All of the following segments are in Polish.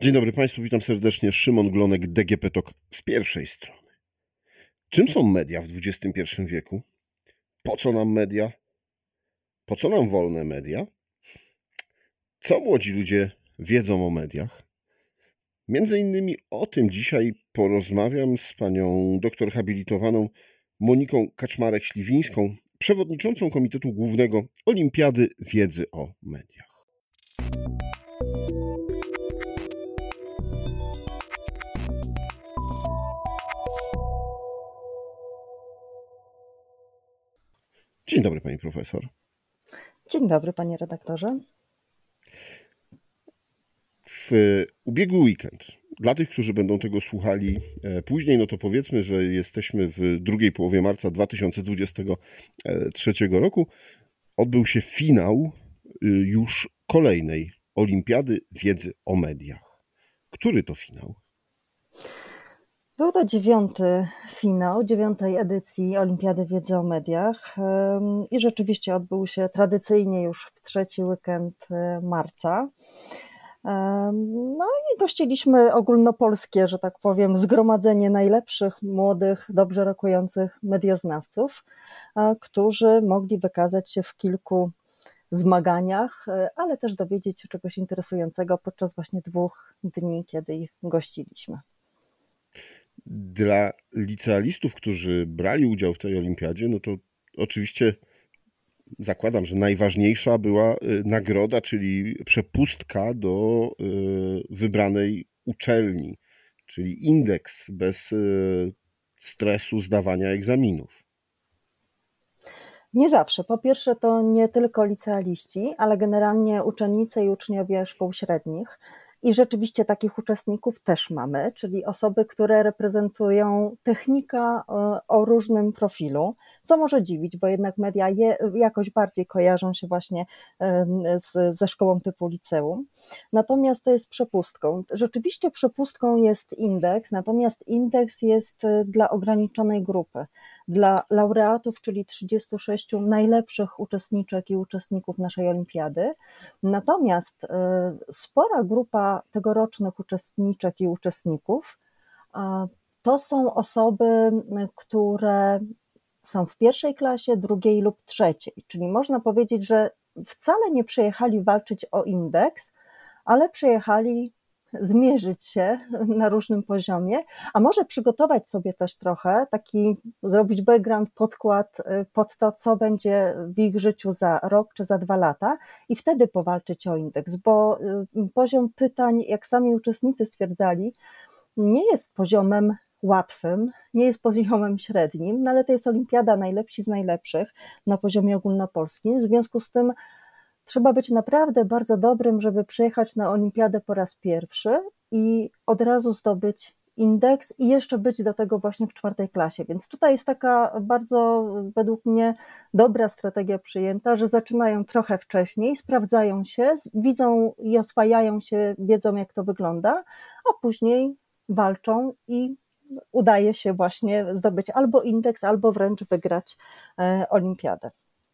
Dzień dobry Państwu, witam serdecznie. Szymon Glonek, DGP TOK z pierwszej strony. Czym są media w XXI wieku? Po co nam media? Po co nam wolne media? Co młodzi ludzie wiedzą o mediach? Między innymi o tym dzisiaj porozmawiam z panią doktor habilitowaną Moniką Kaczmarek-Śliwińską, przewodniczącą Komitetu Głównego Olimpiady Wiedzy o Mediach. Dzień dobry pani profesor. Dzień dobry panie redaktorze. W ubiegły weekend, dla tych, którzy będą tego słuchali później, no to powiedzmy, że jesteśmy w drugiej połowie marca 2023 roku, odbył się finał już kolejnej Olimpiady Wiedzy o Mediach. Który to finał? Był to 9. finał 9. edycji Olimpiady Wiedzy o Mediach i rzeczywiście odbył się tradycyjnie już w trzeci weekend marca. No i gościliśmy ogólnopolskie, że tak powiem, zgromadzenie najlepszych, młodych, dobrze rokujących medioznawców, którzy mogli wykazać się w kilku zmaganiach, ale też dowiedzieć się czegoś interesującego podczas właśnie 2 dni, kiedy ich gościliśmy. Dla licealistów, którzy brali udział w tej olimpiadzie, no to oczywiście zakładam, że najważniejsza była nagroda, czyli przepustka do wybranej uczelni, czyli indeks bez stresu zdawania egzaminów. Nie zawsze. Po pierwsze, to nie tylko licealiści, ale generalnie uczennice i uczniowie szkół średnich. I rzeczywiście takich uczestników też mamy, czyli osoby, które reprezentują technika o różnym profilu, co może dziwić, bo jednak media jakoś bardziej kojarzą się właśnie ze szkołą typu liceum. Natomiast to jest przepustką. Rzeczywiście przepustką jest indeks, natomiast indeks jest dla ograniczonej grupy. Dla laureatów, czyli 36 najlepszych uczestniczek i uczestników naszej olimpiady. Natomiast spora grupa tegorocznych uczestniczek i uczestników to są osoby, które są w pierwszej klasie, drugiej lub trzeciej, czyli można powiedzieć, że wcale nie przyjechali walczyć o indeks, ale przyjechali zmierzyć się na różnym poziomie, a może przygotować sobie też trochę, zrobić background, podkład pod to, co będzie w ich życiu za rok czy za 2 lata i wtedy powalczyć o indeks, bo poziom pytań, jak sami uczestnicy stwierdzali, nie jest poziomem łatwym, nie jest poziomem średnim, no ale to jest olimpiada najlepsi z najlepszych na poziomie ogólnopolskim, w związku z tym trzeba być naprawdę bardzo dobrym, żeby przyjechać na olimpiadę po raz pierwszy i od razu zdobyć indeks i jeszcze być do tego właśnie w 4. klasie. Więc tutaj jest taka bardzo według mnie dobra strategia przyjęta, że zaczynają trochę wcześniej, sprawdzają się, widzą i oswajają się, wiedzą jak to wygląda, a później walczą i udaje się właśnie zdobyć albo indeks, albo wręcz wygrać olimpiadę.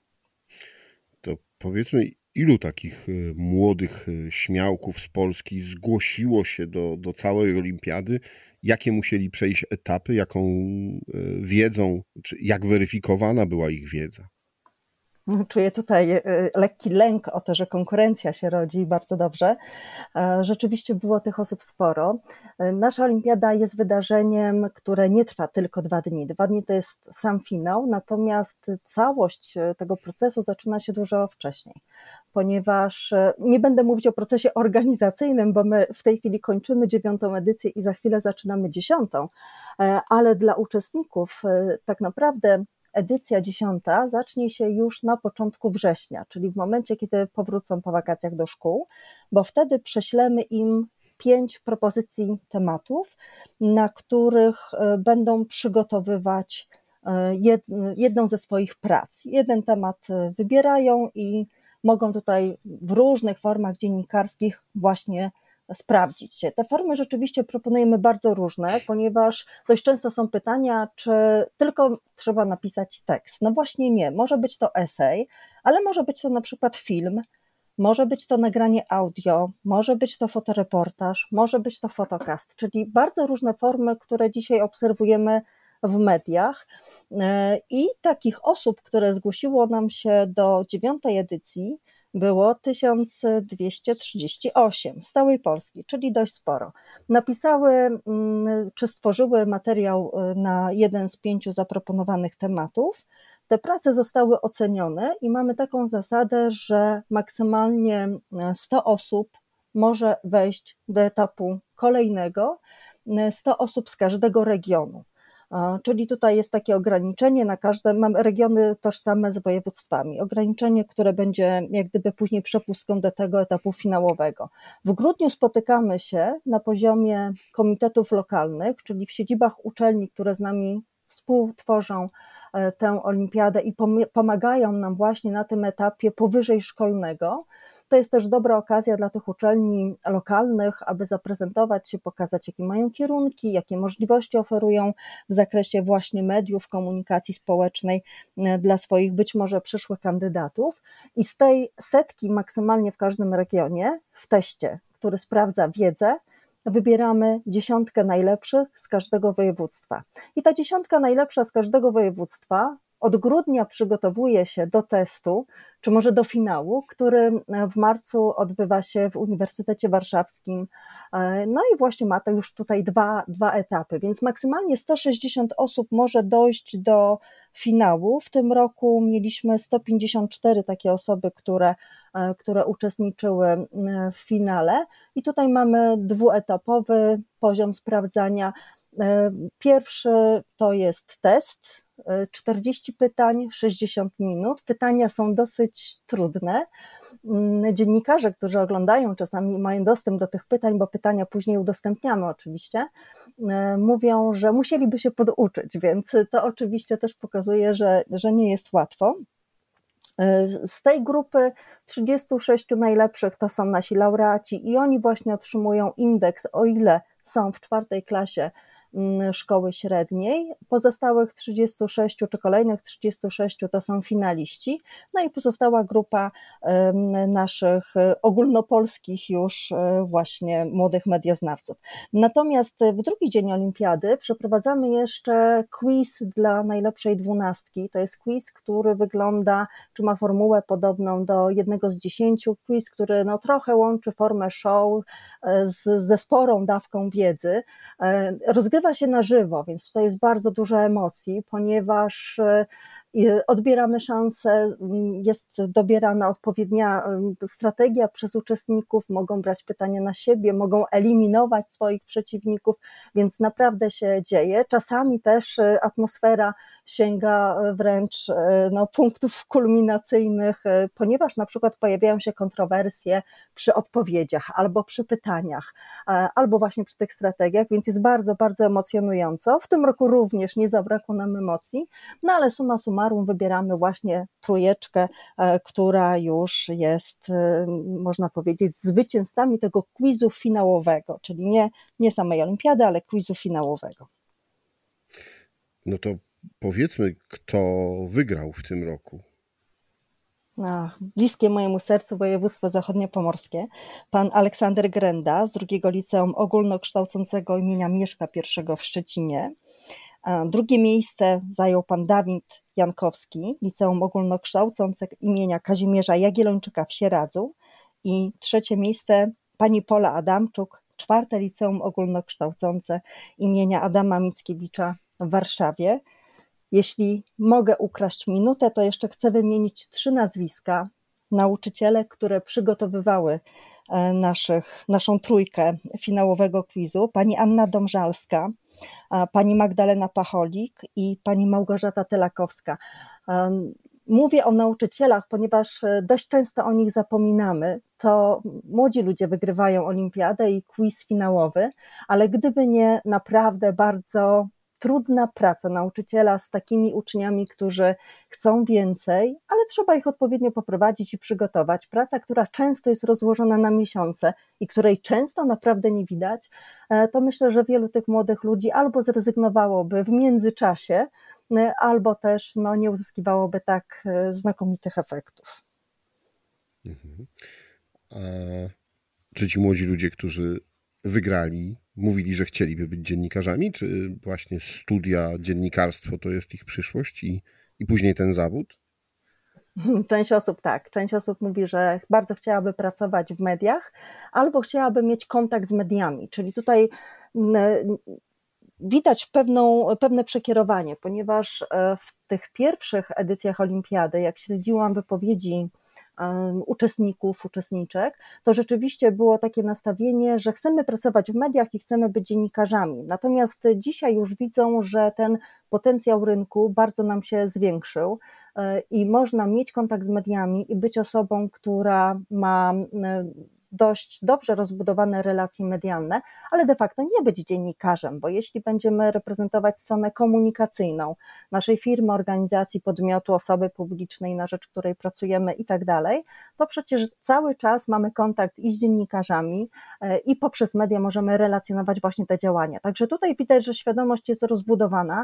To powiedzmy, ilu takich młodych śmiałków z Polski zgłosiło się do całej olimpiady? Jakie musieli przejść etapy? Jaką wiedzą, czy jak weryfikowana była ich wiedza? Czuję tutaj lekki lęk o to, że konkurencja się rodzi bardzo dobrze. Rzeczywiście było tych osób sporo. Nasza olimpiada jest wydarzeniem, które nie trwa tylko 2 dni. 2 dni to jest sam finał, natomiast całość tego procesu zaczyna się dużo wcześniej, ponieważ nie będę mówić o procesie organizacyjnym, bo my w tej chwili kończymy 9. edycję i za chwilę zaczynamy 10., ale dla uczestników tak naprawdę edycja 10. zacznie się już na początku września, czyli w momencie, kiedy powrócą po wakacjach do szkół, bo wtedy prześlemy im 5 propozycji tematów, na których będą przygotowywać jedną ze swoich prac. Jeden temat wybierają i mogą tutaj w różnych formach dziennikarskich właśnie sprawdzić się. Te formy rzeczywiście proponujemy bardzo różne, ponieważ dość często są pytania, czy tylko trzeba napisać tekst. No właśnie nie, może być to esej, ale może być to na przykład film, Może być to nagranie audio, może być to fotoreportaż, może być to fotocast, czyli bardzo różne formy, które dzisiaj obserwujemy w mediach. I takich osób, które zgłosiło nam się do 9. edycji, było 1238 z całej Polski, czyli dość sporo. Napisały czy stworzyły materiał na jeden z 5 zaproponowanych tematów. Te prace zostały ocenione i mamy taką zasadę, że maksymalnie 100 osób może wejść do etapu kolejnego, 100 osób z każdego regionu. Czyli tutaj jest takie ograniczenie na każde, mamy regiony tożsame z województwami, ograniczenie, które będzie jak gdyby później przepustką do tego etapu finałowego. W grudniu spotykamy się na poziomie komitetów lokalnych, czyli w siedzibach uczelni, które z nami współtworzą tę olimpiadę i pomagają nam właśnie na tym etapie powyżej szkolnego. To jest też dobra okazja dla tych uczelni lokalnych, aby zaprezentować się, pokazać, jakie mają kierunki, jakie możliwości oferują w zakresie właśnie mediów, komunikacji społecznej dla swoich być może przyszłych kandydatów. I z tej setki maksymalnie w każdym regionie, w teście, który sprawdza wiedzę, wybieramy 10 najlepszych z każdego województwa. I ta 10 najlepsza z każdego województwa od grudnia przygotowuje się do testu, czy może do finału, który w marcu odbywa się w Uniwersytecie Warszawskim. No i właśnie ma to już tutaj dwa etapy, więc maksymalnie 160 osób może dojść do finału. W tym roku mieliśmy 154 takie osoby, które uczestniczyły w finale i tutaj mamy dwuetapowy poziom sprawdzania. Pierwszy to jest test, 40 pytań, 60 minut. Pytania są dosyć trudne. Dziennikarze, którzy oglądają, czasami mają dostęp do tych pytań, bo pytania później udostępniamy oczywiście, mówią, że musieliby się poduczyć, więc to oczywiście też pokazuje, że nie jest łatwo. Z tej grupy 36 najlepszych to są nasi laureaci i oni właśnie otrzymują indeks, o ile są w 4. klasie szkoły średniej. Pozostałych 36 czy kolejnych 36 to są finaliści. No i pozostała grupa naszych ogólnopolskich już właśnie młodych medioznawców. Natomiast w drugi dzień olimpiady przeprowadzamy jeszcze quiz dla najlepszej 12. To jest quiz, który wygląda, czy ma formułę podobną do 1 z 10. Quiz, który no trochę łączy formę show ze sporą dawką wiedzy. Rozgrywa się na żywo, więc tutaj jest bardzo dużo emocji, ponieważ odbieramy szansę, jest dobierana odpowiednia strategia przez uczestników, mogą brać pytania na siebie, mogą eliminować swoich przeciwników, więc naprawdę się dzieje. Czasami też atmosfera sięga wręcz punktów kulminacyjnych, ponieważ na przykład pojawiają się kontrowersje przy odpowiedziach albo przy pytaniach, albo właśnie przy tych strategiach, więc jest bardzo, bardzo emocjonująco. W tym roku również nie zabrakło nam emocji, no ale summa summarum wybieramy właśnie trójeczkę, która już jest, można powiedzieć, zwycięzcami tego quizu finałowego, czyli nie samej olimpiady, ale quizu finałowego. No to powiedzmy, kto wygrał w tym roku. Bliskie mojemu sercu województwo zachodniopomorskie, pan Aleksander Grenda z II Liceum Ogólnokształcącego imienia Mieszka I w Szczecinie. Drugie miejsce zajął pan Dawid Jankowski, Liceum Ogólnokształcące imienia Kazimierza Jagiellończyka w Sieradzu i trzecie miejsce pani Pola Adamczuk, 4. Liceum Ogólnokształcące imienia Adama Mickiewicza w Warszawie. Jeśli mogę ukraść minutę, to jeszcze chcę wymienić 3 nazwiska nauczyciele, które przygotowywały naszą trójkę finałowego quizu. Pani Anna Domżalska, pani Magdalena Pacholik i pani Małgorzata Telakowska. Mówię o nauczycielach, ponieważ dość często o nich zapominamy. To młodzi ludzie wygrywają olimpiadę i quiz finałowy, ale gdyby nie naprawdę bardzo trudna praca nauczyciela z takimi uczniami, którzy chcą więcej, ale trzeba ich odpowiednio poprowadzić i przygotować. Praca, która często jest rozłożona na miesiące i której często naprawdę nie widać, to myślę, że wielu tych młodych ludzi albo zrezygnowałoby w międzyczasie, albo też nie uzyskiwałoby tak znakomitych efektów. A czy ci młodzi ludzie, którzy wygrali, mówili, że chcieliby być dziennikarzami? Czy właśnie studia, dziennikarstwo to jest ich przyszłość i później ten zawód? Część osób tak, część osób mówi, że bardzo chciałaby pracować w mediach albo chciałaby mieć kontakt z mediami, czyli tutaj widać pewne przekierowanie, ponieważ w tych pierwszych edycjach olimpiady, jak śledziłam wypowiedzi uczestników, uczestniczek, to rzeczywiście było takie nastawienie, że chcemy pracować w mediach i chcemy być dziennikarzami. Natomiast dzisiaj już widzą, że ten potencjał rynku bardzo nam się zwiększył i można mieć kontakt z mediami i być osobą, która ma dość dobrze rozbudowane relacje medialne, ale de facto nie być dziennikarzem, bo jeśli będziemy reprezentować stronę komunikacyjną naszej firmy, organizacji, podmiotu, osoby publicznej, na rzecz której pracujemy i tak dalej, to przecież cały czas mamy kontakt i z dziennikarzami i poprzez media możemy relacjonować właśnie te działania. Także tutaj widać, że świadomość jest rozbudowana,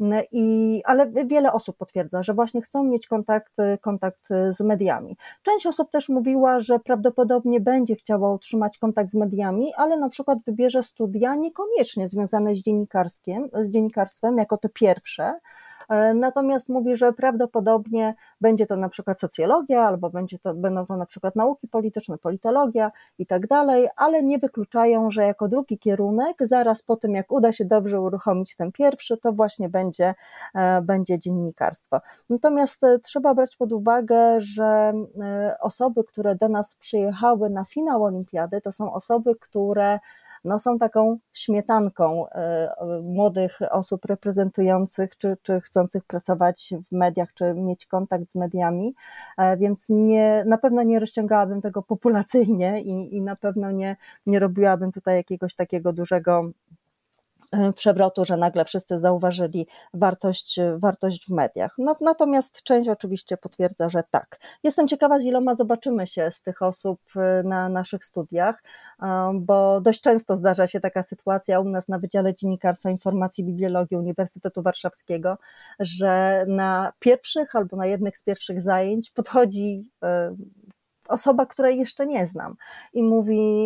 ale wiele osób potwierdza, że właśnie chcą mieć kontakt z mediami. Część osób też mówiła, że prawdopodobnie będzie chciała utrzymać kontakt z mediami, ale na przykład wybierze studia niekoniecznie związane z dziennikarstwem jako te pierwsze, natomiast mówi, że prawdopodobnie będzie to na przykład socjologia, albo będą to na przykład nauki polityczne, politologia i tak dalej, ale nie wykluczają, że jako drugi kierunek, zaraz po tym jak uda się dobrze uruchomić ten pierwszy, to właśnie będzie dziennikarstwo. Natomiast trzeba brać pod uwagę, że osoby, które do nas przyjechały na finał olimpiady, to są osoby, które są taką śmietanką młodych osób reprezentujących czy chcących pracować w mediach, czy mieć kontakt z mediami, więc na pewno nie rozciągałabym tego populacyjnie i na pewno nie robiłabym tutaj jakiegoś takiego dużego przewrotu, że nagle wszyscy zauważyli wartość w mediach. Natomiast część oczywiście potwierdza, że tak. Jestem ciekawa, z iloma zobaczymy się z tych osób na naszych studiach, bo dość często zdarza się taka sytuacja u nas na Wydziale Dziennikarstwa, Informacji i Bibliologii Uniwersytetu Warszawskiego, że na pierwszych albo na jednych z pierwszych zajęć podchodzi osoba, której jeszcze nie znam i mówi,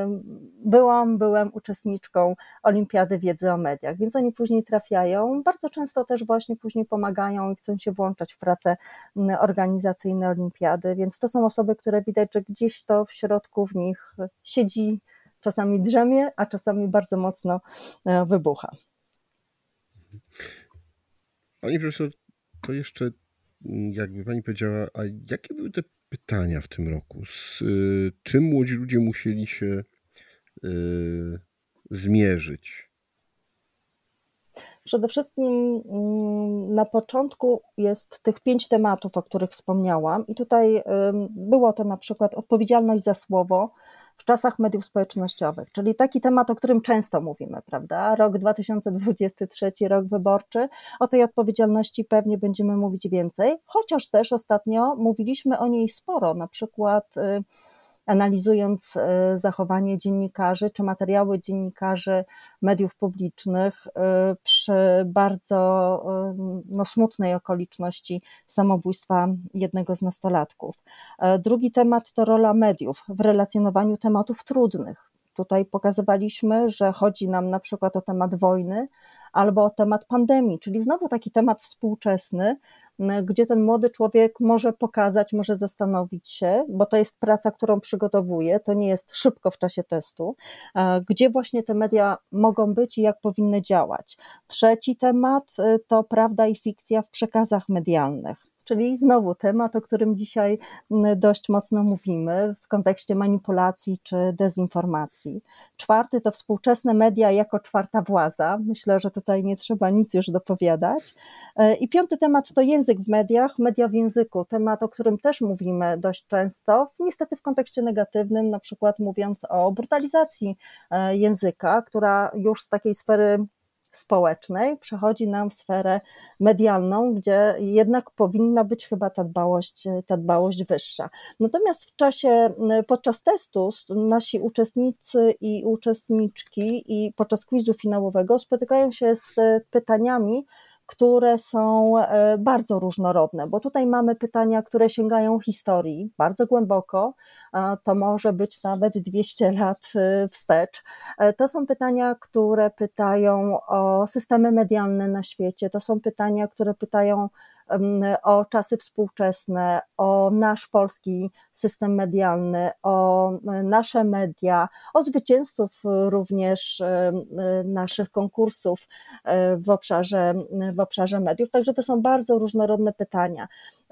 byłem uczestniczką Olimpiady Wiedzy o Mediach, więc oni później trafiają, bardzo często też właśnie później pomagają i chcą się włączać w prace organizacyjne Olimpiady, więc to są osoby, które widać, że gdzieś to w środku w nich siedzi, czasami drzemie, a czasami bardzo mocno wybucha. Pani profesor, to jeszcze jakby pani powiedziała, a jakie były te pytania w tym roku? Z czym młodzi ludzie musieli się zmierzyć? Przede wszystkim na początku jest tych 5 tematów, o których wspomniałam i tutaj było to na przykład odpowiedzialność za słowo w czasach mediów społecznościowych, czyli taki temat, o którym często mówimy, prawda? Rok 2023, rok wyborczy, o tej odpowiedzialności pewnie będziemy mówić więcej, chociaż też ostatnio mówiliśmy o niej sporo, na przykład analizując zachowanie dziennikarzy czy materiały dziennikarzy mediów publicznych przy bardzo smutnej okoliczności samobójstwa jednego z nastolatków. Drugi temat to rola mediów w relacjonowaniu tematów trudnych. Tutaj pokazywaliśmy, że chodzi nam na przykład o temat wojny albo o temat pandemii, czyli znowu taki temat współczesny, gdzie ten młody człowiek może pokazać, może zastanowić się, bo to jest praca, którą przygotowuje, to nie jest szybko w czasie testu, gdzie właśnie te media mogą być i jak powinny działać. Trzeci temat to prawda i fikcja w przekazach medialnych. Czyli znowu temat, o którym dzisiaj dość mocno mówimy w kontekście manipulacji czy dezinformacji. Czwarty to współczesne media jako czwarta władza. Myślę, że tutaj nie trzeba nic już dopowiadać. I piąty temat to język w mediach, media w języku. Temat, o którym też mówimy dość często, niestety w kontekście negatywnym, na przykład mówiąc o brutalizacji języka, która już z takiej sfery społecznej przechodzi nam w sferę medialną, gdzie jednak powinna być chyba ta dbałość wyższa. Natomiast podczas testu nasi uczestnicy i uczestniczki i podczas quizu finałowego spotykają się z pytaniami, które są bardzo różnorodne, bo tutaj mamy pytania, które sięgają historii bardzo głęboko, to może być nawet 200 lat wstecz. To są pytania, które pytają o systemy medialne na świecie, to są pytania, które pytają o czasy współczesne, o nasz polski system medialny, o nasze media, o zwycięzców również naszych konkursów w obszarze mediów. Także to są bardzo różnorodne pytania.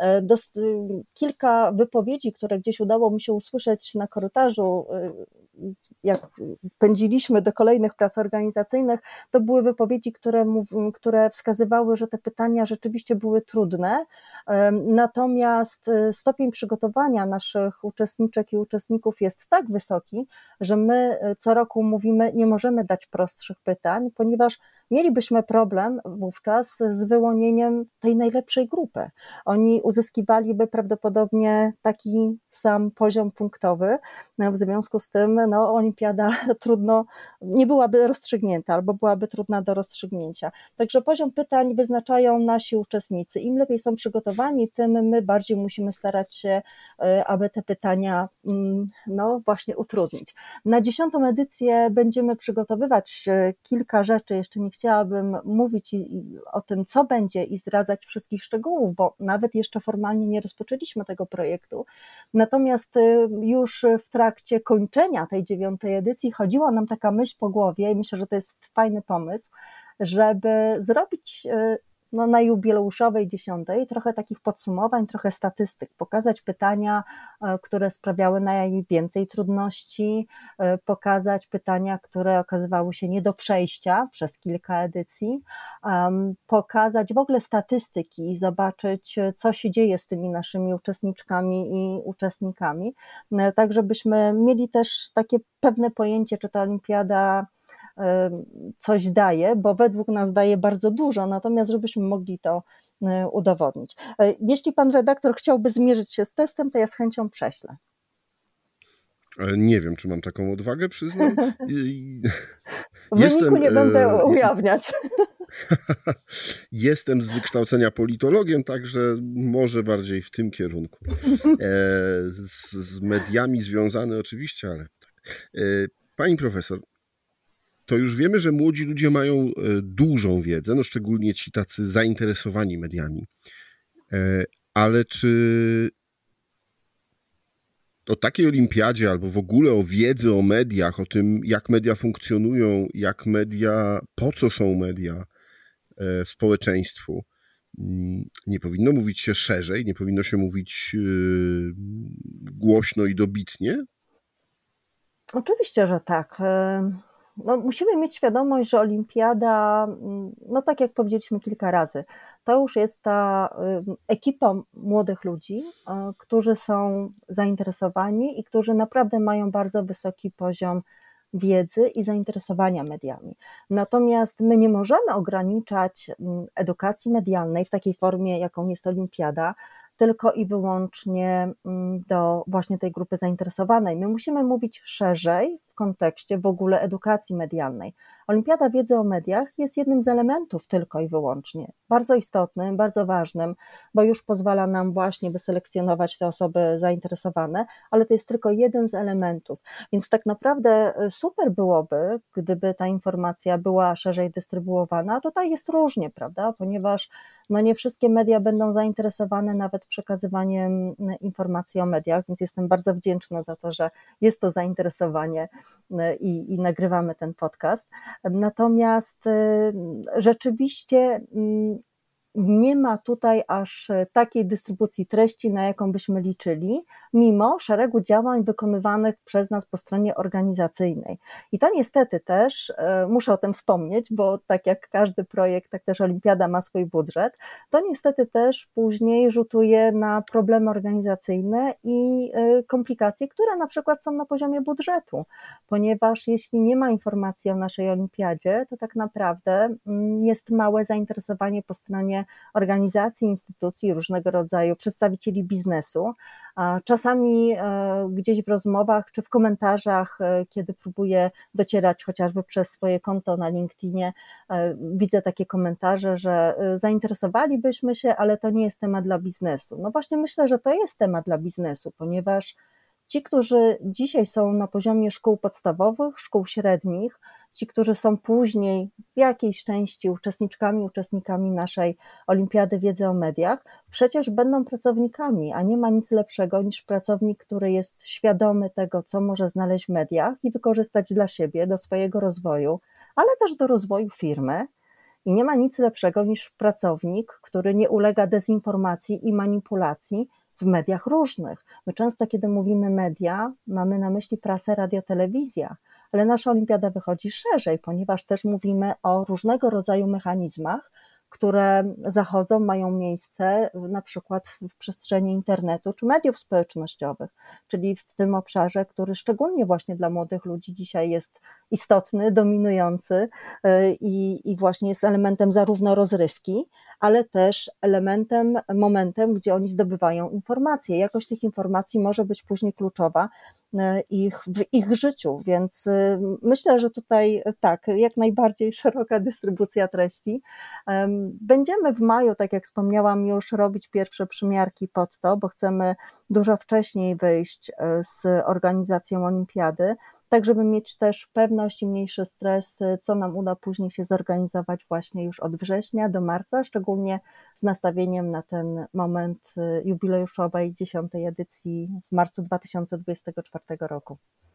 Kilka wypowiedzi, które gdzieś udało mi się usłyszeć na korytarzu, jak pędziliśmy do kolejnych prac organizacyjnych, to były wypowiedzi, które wskazywały, że te pytania rzeczywiście były trudne, natomiast stopień przygotowania naszych uczestniczek i uczestników jest tak wysoki, że my co roku mówimy, nie możemy dać prostszych pytań, ponieważ mielibyśmy problem wówczas z wyłonieniem tej najlepszej grupy. Oni uzyskiwaliby prawdopodobnie taki sam poziom punktowy, w związku z tym olimpiada nie byłaby rozstrzygnięta albo byłaby trudna do rozstrzygnięcia. Także poziom pytań wyznaczają nasi uczestnicy. Im lepiej są przygotowani, tym my bardziej musimy starać się, aby te pytania właśnie utrudnić. Na 10. edycję będziemy przygotowywać kilka rzeczy, jeszcze nie chciałabym mówić o tym, co będzie i zdradzać wszystkich szczegółów, bo nawet jeszcze formalnie nie rozpoczęliśmy tego projektu. Natomiast już w trakcie kończenia tej 9. edycji chodziła nam taka myśl po głowie i myślę, że to jest fajny pomysł, żeby zrobić na jubileuszowej 10. trochę takich podsumowań, trochę statystyk, pokazać pytania, które sprawiały najwięcej trudności, pokazać pytania, które okazywały się nie do przejścia przez kilka edycji, pokazać w ogóle statystyki i zobaczyć, co się dzieje z tymi naszymi uczestniczkami i uczestnikami, tak żebyśmy mieli też takie pewne pojęcie, czy ta olimpiada coś daje, bo według nas daje bardzo dużo, natomiast żebyśmy mogli to udowodnić. Jeśli pan redaktor chciałby zmierzyć się z testem, to ja z chęcią prześlę. Nie wiem, czy mam taką odwagę, przyznam. Wyniku nie będę ujawniać. Jestem z wykształcenia politologiem, także może bardziej w tym kierunku. Z mediami związany oczywiście, ale tak. Pani profesor, to już wiemy, że młodzi ludzie mają dużą wiedzę, szczególnie ci tacy zainteresowani mediami. Ale czy o takiej olimpiadzie albo w ogóle o wiedzy o mediach, o tym, jak media funkcjonują, po co są media społeczeństwu, nie powinno mówić się szerzej, nie powinno się mówić głośno i dobitnie? Oczywiście, że tak. Musimy mieć świadomość, że olimpiada, tak jak powiedzieliśmy kilka razy, to już jest ta ekipa młodych ludzi, którzy są zainteresowani i którzy naprawdę mają bardzo wysoki poziom wiedzy i zainteresowania mediami. Natomiast my nie możemy ograniczać edukacji medialnej w takiej formie, jaką jest olimpiada, tylko i wyłącznie do właśnie tej grupy zainteresowanej. My musimy mówić szerzej w kontekście w ogóle edukacji medialnej. Olimpiada Wiedzy o Mediach jest jednym z elementów tylko i wyłącznie, bardzo istotnym, bardzo ważnym, bo już pozwala nam właśnie wyselekcjonować te osoby zainteresowane, ale to jest tylko jeden z elementów, więc tak naprawdę super byłoby, gdyby ta informacja była szerzej dystrybuowana. Tutaj jest różnie, prawda, ponieważ nie wszystkie media będą zainteresowane nawet przekazywaniem informacji o mediach, więc jestem bardzo wdzięczna za to, że jest to zainteresowanie i nagrywamy ten podcast. Natomiast rzeczywiście nie ma tutaj aż takiej dystrybucji treści, na jaką byśmy liczyli, mimo szeregu działań wykonywanych przez nas po stronie organizacyjnej. I to niestety też, muszę o tym wspomnieć, bo tak jak każdy projekt, tak też olimpiada ma swój budżet, to niestety też później rzutuje na problemy organizacyjne i komplikacje, które na przykład są na poziomie budżetu, ponieważ jeśli nie ma informacji o naszej olimpiadzie, to tak naprawdę jest małe zainteresowanie po stronie organizacji, instytucji, różnego rodzaju przedstawicieli biznesu, A czasami gdzieś w rozmowach czy w komentarzach, kiedy próbuję docierać chociażby przez swoje konto na LinkedInie, widzę takie komentarze, że zainteresowalibyśmy się, ale to nie jest temat dla biznesu. No właśnie myślę, że to jest temat dla biznesu, ponieważ ci, którzy dzisiaj są na poziomie szkół podstawowych, szkół średnich, ci, którzy są później w jakiejś części uczestnikami naszej Olimpiady Wiedzy o Mediach, przecież będą pracownikami, a nie ma nic lepszego niż pracownik, który jest świadomy tego, co może znaleźć w mediach i wykorzystać dla siebie, do swojego rozwoju, ale też do rozwoju firmy. I nie ma nic lepszego niż pracownik, który nie ulega dezinformacji i manipulacji w mediach różnych. My często, kiedy mówimy media, mamy na myśli prasę, radio, telewizja, ale nasza olimpiada wychodzi szerzej, ponieważ też mówimy o różnego rodzaju mechanizmach, które zachodzą, mają miejsce na przykład w przestrzeni internetu czy mediów społecznościowych, czyli w tym obszarze, który szczególnie właśnie dla młodych ludzi dzisiaj jest istotny, dominujący i właśnie jest elementem zarówno rozrywki, ale też momentem, gdzie oni zdobywają informacje. Jakość tych informacji może być później kluczowa w ich życiu, więc myślę, że tutaj tak, jak najbardziej szeroka dystrybucja treści. Będziemy w maju, tak jak wspomniałam, już robić pierwsze przymiarki pod to, bo chcemy dużo wcześniej wyjść z organizacją olimpiady, tak żeby mieć też pewność i mniejszy stres, co nam uda później się zorganizować właśnie już od września do marca, szczególnie z nastawieniem na ten moment jubileuszowej 10. edycji w marcu 2024 roku.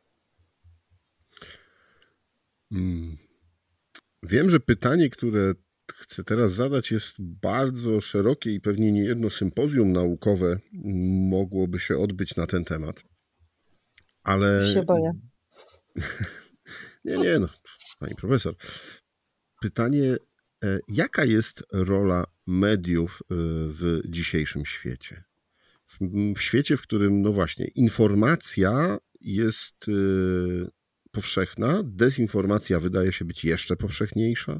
Wiem, że pytanie, które chcę teraz zadać, jest bardzo szerokie i pewnie nie jedno sympozjum naukowe mogłoby się odbyć na ten temat. Ale Już się boję. Nie, no, pani profesor. Pytanie, jaka jest rola mediów w dzisiejszym świecie? W świecie, w którym, no właśnie, informacja jest powszechna, dezinformacja wydaje się być jeszcze powszechniejsza?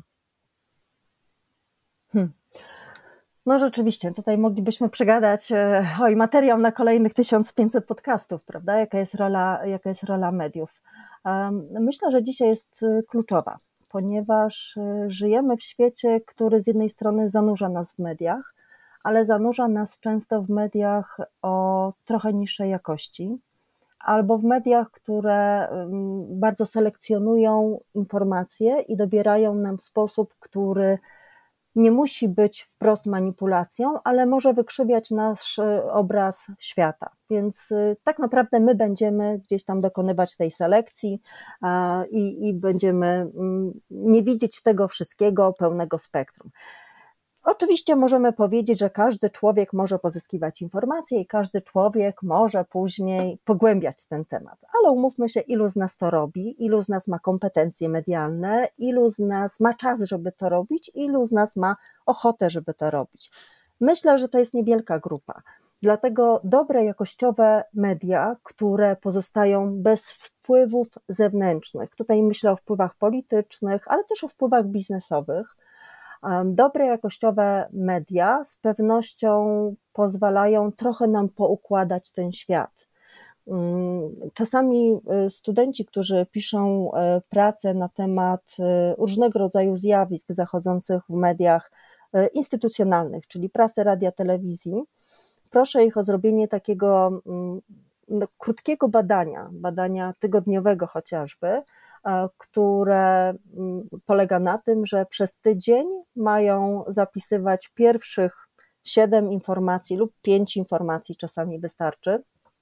No rzeczywiście, tutaj moglibyśmy przegadać materiał na kolejnych 1500 podcastów, prawda? Jaka jest rola mediów? Myślę, że dzisiaj jest kluczowa, ponieważ żyjemy w świecie, który z jednej strony zanurza nas w mediach, ale zanurza nas często w mediach o trochę niższej jakości, albo w mediach, które bardzo selekcjonują informacje i dobierają nam w sposób, który nie musi być wprost manipulacją, ale może wykrzywiać nasz obraz świata. Więc tak naprawdę my będziemy gdzieś tam dokonywać tej selekcji i będziemy nie widzieć tego wszystkiego, pełnego spektrum. Oczywiście możemy powiedzieć, że każdy człowiek może pozyskiwać informacje i każdy człowiek może później pogłębiać ten temat, ale umówmy się, ilu z nas to robi, ilu z nas ma kompetencje medialne, ilu z nas ma czas, żeby to robić, ilu z nas ma ochotę, żeby to robić. Myślę, że to jest niewielka grupa, dlatego dobre, jakościowe media, które pozostają bez wpływów zewnętrznych, tutaj myślę o wpływach politycznych, ale też o wpływach biznesowych. Dobre, jakościowe media z pewnością pozwalają trochę nam poukładać ten świat. Czasami studenci, którzy piszą pracę na temat różnego rodzaju zjawisk zachodzących w mediach instytucjonalnych, czyli prasy, radia, telewizji, proszę ich o zrobienie takiego krótkiego badania tygodniowego chociażby, które polega na tym, że przez tydzień mają zapisywać pierwszych 7 informacji lub 5 informacji, czasami wystarczy,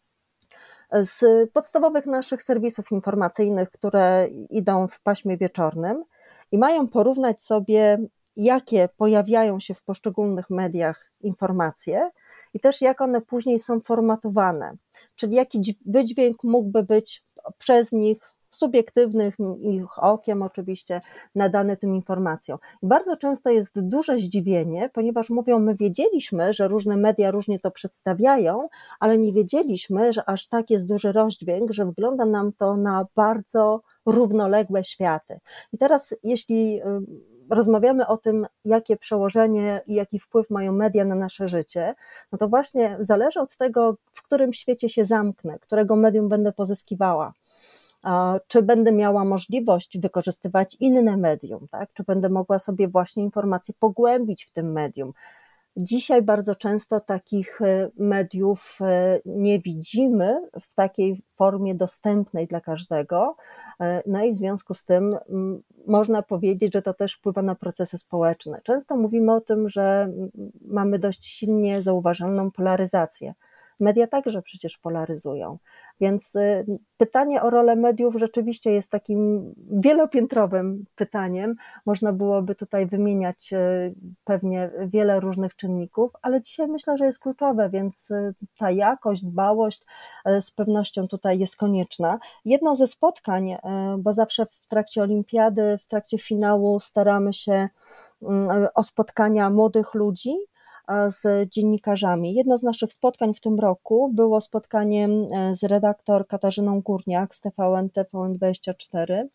z podstawowych naszych serwisów informacyjnych, które idą w paśmie wieczornym i mają porównać sobie, jakie pojawiają się w poszczególnych mediach informacje i też jak one później są formatowane, czyli jaki wydźwięk mógłby być przez nich subiektywnych ich okiem oczywiście nadany tym informacjom. I bardzo często jest duże zdziwienie, ponieważ mówią, my wiedzieliśmy, że różne media różnie to przedstawiają, ale nie wiedzieliśmy, że aż tak jest duży rozdźwięk, że wygląda nam to na bardzo równoległe światy. I teraz jeśli rozmawiamy o tym, jakie przełożenie i jaki wpływ mają media na nasze życie, no to właśnie zależy od tego, w którym świecie się zamknę, którego medium będę pozyskiwała. Czy będę miała możliwość wykorzystywać inne medium, tak? Czy będę mogła sobie właśnie informacje pogłębić w tym medium. Dzisiaj bardzo często takich mediów nie widzimy w takiej formie dostępnej dla każdego, no i w związku z tym można powiedzieć, że to też wpływa na procesy społeczne. Często mówimy o tym, że mamy dość silnie zauważalną polaryzację. Media także przecież polaryzują, więc pytanie o rolę mediów rzeczywiście jest takim wielopiętrowym pytaniem. Można byłoby tutaj wymieniać pewnie wiele różnych czynników, ale dzisiaj myślę, że jest kluczowe, więc ta jakość, dbałość z pewnością tutaj jest konieczna. Jedno ze spotkań, bo zawsze w trakcie olimpiady, w trakcie finału staramy się o spotkania młodych ludzi z dziennikarzami. Jedno z naszych spotkań w tym roku było spotkaniem z redaktor Katarzyną Górniak z TVN, TVN24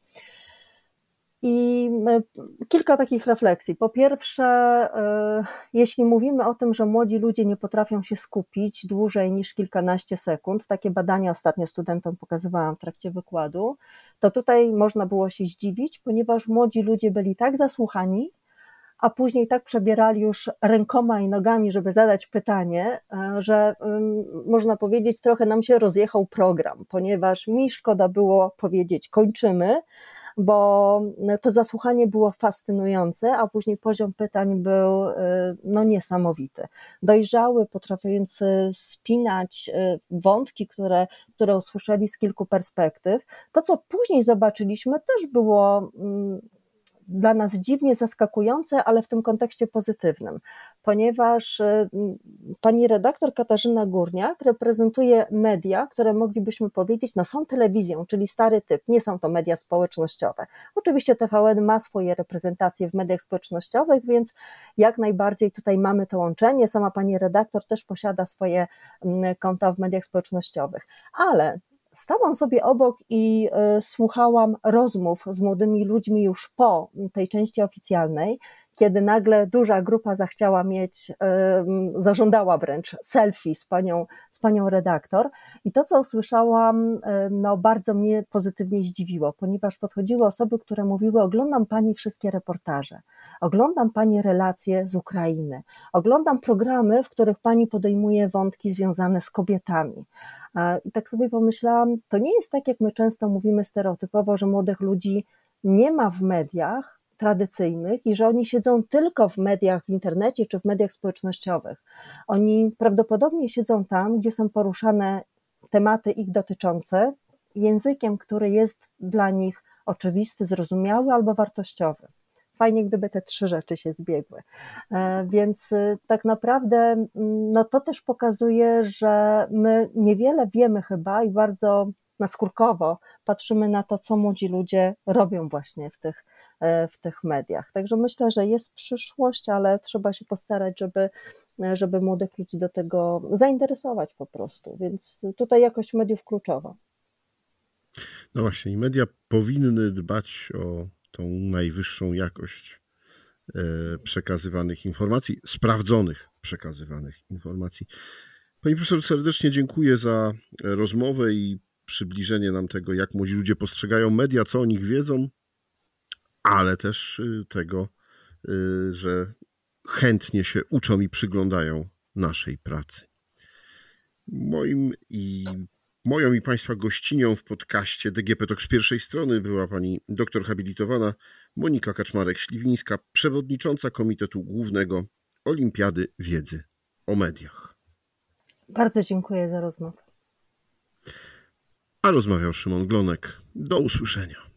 i kilka takich refleksji. Po pierwsze, jeśli mówimy o tym, że młodzi ludzie nie potrafią się skupić dłużej niż kilkanaście sekund, takie badania ostatnio studentom pokazywałam w trakcie wykładu, to tutaj można było się zdziwić, ponieważ młodzi ludzie byli tak zasłuchani, a później tak przebierali już rękoma i nogami, żeby zadać pytanie, że można powiedzieć, trochę nam się rozjechał program, ponieważ mi szkoda było powiedzieć kończymy, bo to zasłuchanie było fascynujące, a później poziom pytań był no, niesamowity. Dojrzały, potrafiący spinać wątki, które usłyszeli z kilku perspektyw. To, co później zobaczyliśmy, też było dla nas dziwnie zaskakujące, ale w tym kontekście pozytywnym, ponieważ pani redaktor Katarzyna Górniak reprezentuje media, które moglibyśmy powiedzieć, no są telewizją, czyli stary typ, nie są to media społecznościowe. Oczywiście TVN ma swoje reprezentacje w mediach społecznościowych, więc jak najbardziej tutaj mamy to łączenie, sama pani redaktor też posiada swoje konta w mediach społecznościowych, ale stałam sobie obok i słuchałam rozmów z młodymi ludźmi już po tej części oficjalnej, kiedy nagle duża grupa zachciała mieć, zażądała wręcz selfie z panią redaktor i to, co usłyszałam, no bardzo mnie pozytywnie zdziwiło, ponieważ podchodziły osoby, które mówiły: oglądam pani wszystkie reportaże, oglądam pani relacje z Ukrainy, oglądam programy, w których pani podejmuje wątki związane z kobietami. I tak sobie pomyślałam, to nie jest tak, jak my często mówimy stereotypowo, że młodych ludzi nie ma w mediach tradycyjnych i że oni siedzą tylko w mediach w internecie czy w mediach społecznościowych. Oni prawdopodobnie siedzą tam, gdzie są poruszane tematy ich dotyczące, językiem, który jest dla nich oczywisty, zrozumiały albo wartościowy. Fajnie, gdyby te trzy rzeczy się zbiegły. Więc tak naprawdę no to też pokazuje, że my niewiele wiemy chyba i bardzo naskórkowo patrzymy na to, co młodzi ludzie robią właśnie w tych mediach. Także myślę, że jest przyszłość, ale trzeba się postarać, żeby młodych ludzi do tego zainteresować po prostu. Więc tutaj jakość mediów kluczowa. No właśnie, i media powinny dbać o tą najwyższą jakość przekazywanych informacji, sprawdzonych przekazywanych informacji. Pani profesor, serdecznie dziękuję za rozmowę i przybliżenie nam tego, jak młodzi ludzie postrzegają media, co o nich wiedzą, ale też tego, że chętnie się uczą i przyglądają naszej pracy. Moją i Państwa gościnią w podcaście DGP Talk z pierwszej strony była pani doktor habilitowana Monika Kaczmarek-Śliwińska, przewodnicząca Komitetu Głównego Olimpiady Wiedzy o Mediach. Bardzo dziękuję za rozmowę. A rozmawiał Szymon Glonek. Do usłyszenia.